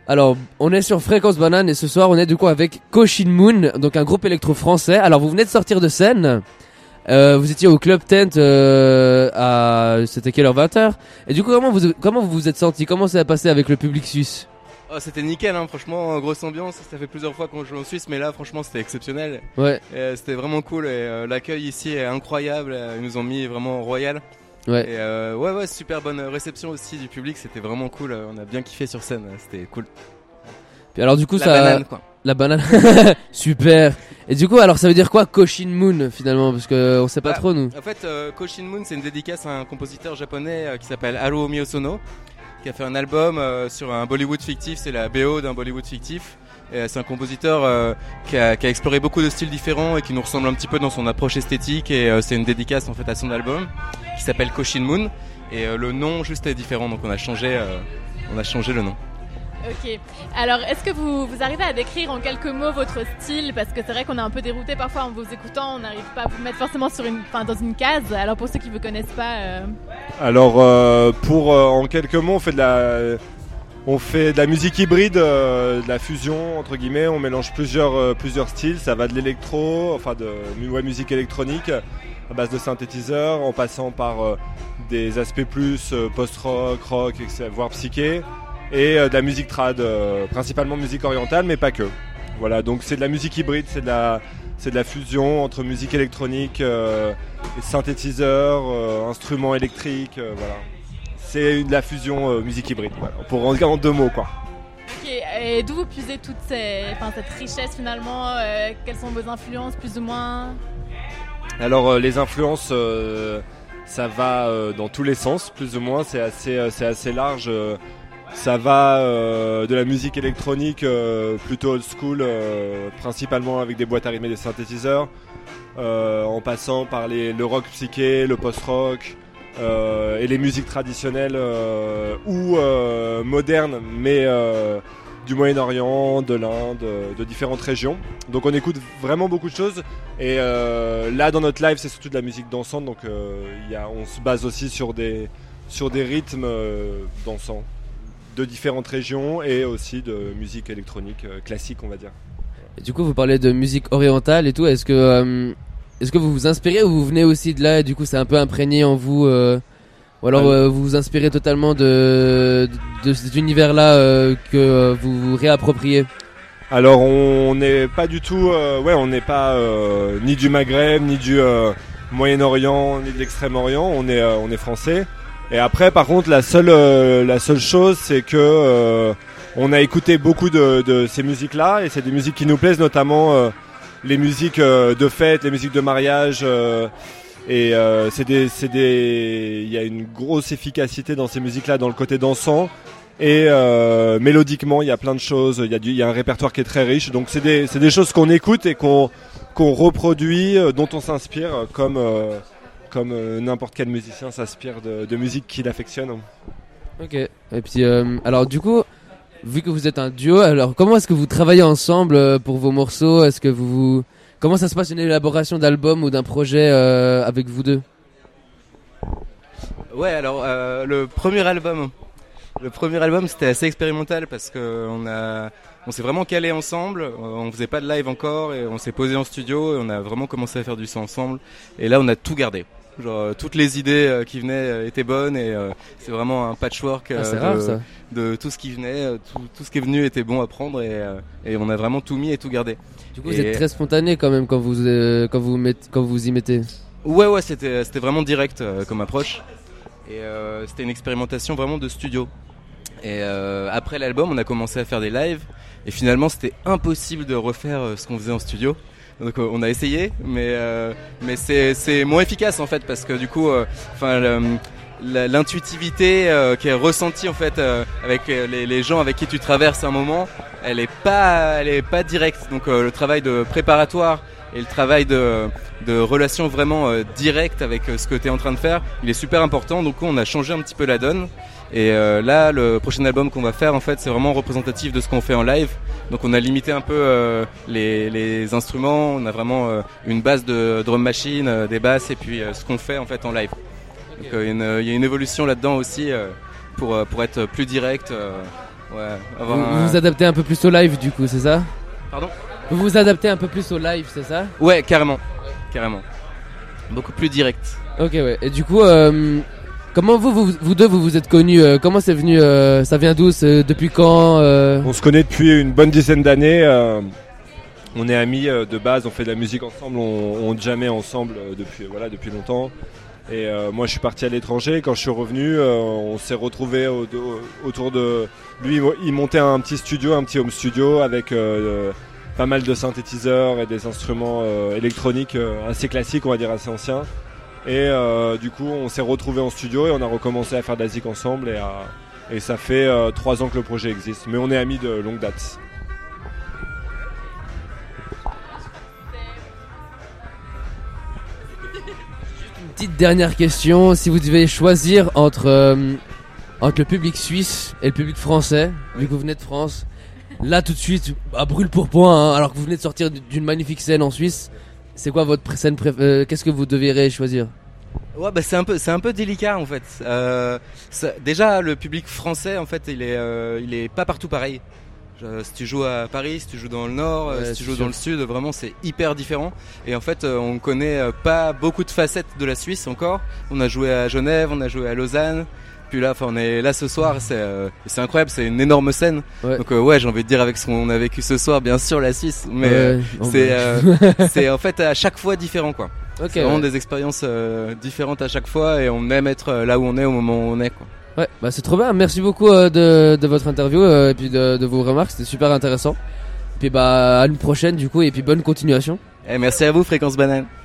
Alors, on est sur Fréquence Banane et ce soir, on est du coup avec Koshin Moon, donc un groupe électro français. Alors, vous venez de sortir de scène. Vous étiez au Club Tent c'était quelle heure, 20h. Et du coup, comment vous vous êtes senti? Comment ça a passé avec le public suisse? Oh, c'était nickel, hein, franchement, grosse ambiance. Ça fait plusieurs fois qu'on joue en Suisse, mais là, franchement, c'était exceptionnel. Ouais. C'était vraiment cool et l'accueil ici est incroyable. Ils nous ont mis vraiment royal. Ouais. Et ouais, super bonne réception aussi du public. C'était vraiment cool. On a bien kiffé sur scène. C'était cool. Puis alors du coup, la banane, quoi. La banane. Super. Et du coup, alors ça veut dire quoi Koshin Moon finalement, parce que on sait pas trop nous. En fait, Koshin Moon, c'est une dédicace à un compositeur japonais qui s'appelle Haruo Miyosono, qui a fait un album sur un Bollywood fictif. C'est la BO d'un Bollywood fictif. Et c'est un compositeur qui a exploré beaucoup de styles différents et qui nous ressemble un petit peu dans son approche esthétique. Et c'est une dédicace en fait à son album qui s'appelle Koshin Moon. Et le nom juste est différent, donc on a changé le nom. Ok. Alors, est-ce que vous arrivez à décrire en quelques mots votre style? Parce que c'est vrai qu'on est un peu dérouté parfois en vous écoutant, on n'arrive pas à vous mettre forcément dans une case. Alors pour ceux qui ne vous connaissent pas... Alors, en quelques mots, on fait de la musique hybride, de la fusion entre guillemets. On mélange plusieurs styles. Ça va de l'électro, musique électronique à base de synthétiseurs, en passant par des aspects plus post-rock, rock, voire psyché. Et de la musique trad, principalement musique orientale, mais pas que. Voilà, donc c'est de la musique hybride, c'est de la fusion entre musique électronique, synthétiseurs, instruments électriques, voilà. C'est de la fusion musique hybride, voilà, pour en dire en 2 mots, quoi. Ok, et d'où vous puisez toute cette richesse finalement? Quelles sont vos influences, plus ou moins? Alors les influences, ça va dans tous les sens, plus ou moins, c'est assez large. Ça va de la musique électronique plutôt old school, principalement avec des boîtes à rythme et des synthétiseurs, en passant par le rock psyché, le post-rock et les musiques traditionnelles ou modernes, mais du Moyen-Orient, de l'Inde, de différentes régions. Donc on écoute vraiment beaucoup de choses et là dans notre live c'est surtout de la musique dansante, donc on se base aussi sur des rythmes dansants de différentes régions et aussi de musique électronique classique, on va dire. Et du coup, vous parlez de musique orientale et tout. Est-ce que vous vous inspirez ou vous venez aussi de là et du coup c'est un peu imprégné en vous ou alors vous vous inspirez totalement de cet univers-là que vous réappropriez? Alors on n'est pas du tout, on n'est pas ni du Maghreb, ni du Moyen-Orient, ni de l'Extrême-Orient. On est français. Et après, par contre, la seule chose, c'est que on a écouté beaucoup de ces musiques-là, et c'est des musiques qui nous plaisent, notamment les musiques de fête, les musiques de mariage. Il y a une grosse efficacité dans ces musiques-là, dans le côté dansant. Et mélodiquement, il y a plein de choses. Il y a un répertoire qui est très riche. Donc c'est des choses qu'on écoute et qu'on reproduit, dont on s'inspire, comme n'importe quel musicien s'inspire de musique qu'il affectionne. Ok. Et puis, alors du coup, vu que vous êtes un duo, alors comment est-ce que vous travaillez ensemble pour vos morceaux? Est-ce que comment ça se passe une élaboration d'album ou d'un projet avec vous deux? Ouais, alors le premier album c'était assez expérimental parce que on s'est vraiment calé ensemble, on faisait pas de live encore et on s'est posé en studio et on a vraiment commencé à faire du son ensemble et là on a tout gardé. Genre toutes les idées qui venaient étaient bonnes et c'est vraiment un patchwork de tout ce qui venait, tout ce qui est venu était bon à prendre et on a vraiment tout mis et tout gardé. Du coup vous êtes très spontané quand même quand vous y mettez. Ouais, c'était vraiment direct comme approche et c'était une expérimentation vraiment de studio. Et après l'album on a commencé à faire des lives et finalement c'était impossible de refaire ce qu'on faisait en studio. Donc on a essayé, mais c'est moins efficace en fait parce que du coup, l'intuitivité qui est ressentie en fait avec les gens avec qui tu traverses un moment, elle est pas directe. Donc le travail de préparatoire et le travail de relation vraiment directe avec ce que tu es en train de faire, il est super important. Donc on a changé un petit peu la donne. Et là, le prochain album qu'on va faire, en fait, c'est vraiment représentatif de ce qu'on fait en live. Donc, on a limité un peu les instruments. On a vraiment une base de drum machine, des basses, et puis ce qu'on fait en fait en live. Okay. Donc, il y a une évolution là-dedans aussi pour être plus direct Ouais, Vous vous adaptez un peu plus au live du coup, c'est ça? Pardon? Vous vous adaptez un peu plus au live, c'est ça? Ouais, carrément. Carrément. Beaucoup plus direct. Ok, ouais. Et du coup, comment vous deux vous êtes connus? Comment c'est venu? Ça vient d'où? Depuis quand? On se connaît depuis une bonne dizaine d'années. On est amis de base, on fait de la musique ensemble, on jammait ensemble depuis longtemps. Et moi je suis parti à l'étranger, quand je suis revenu on s'est retrouvés autour de lui. Il montait un petit studio, un petit home studio avec pas mal de synthétiseurs et des instruments électroniques assez classiques, on va dire assez anciens. Et du coup on s'est retrouvés en studio et on a recommencé à faire de la zik ensemble et ça fait 3 ans que le projet existe. Mais on est amis de longue date. Petite dernière question, si vous devez choisir entre le public suisse et le public français, vu que vous venez de France, là tout de suite, à brûle pour point, hein, alors que vous venez de sortir d'une magnifique scène en Suisse, c'est quoi votre scène préférée? Qu'est-ce que vous devriez choisir? Ouais, bah c'est un peu délicat en fait. Déjà le public français en fait il est pas partout pareil. Si tu joues à Paris, si tu joues dans le Nord, si tu joues dans le Sud, vraiment c'est hyper différent. Et en fait on connaît pas beaucoup de facettes de la Suisse encore. On a joué à Genève, on a joué à Lausanne. Puis là, on est là ce soir, c'est incroyable, c'est une énorme scène. Ouais. Donc ouais, j'ai envie de dire avec ce qu'on a vécu ce soir, bien sûr la Suisse, mais c'est en fait à chaque fois différent quoi. Okay, c'est vraiment des expériences différentes à chaque fois et on aime être là où on est au moment où on est quoi. Ouais, bah c'est trop bien. Merci beaucoup de votre interview et puis de vos remarques, c'était super intéressant. Puis bah à une prochaine du coup et puis bonne continuation. Et merci à vous Fréquence Banane.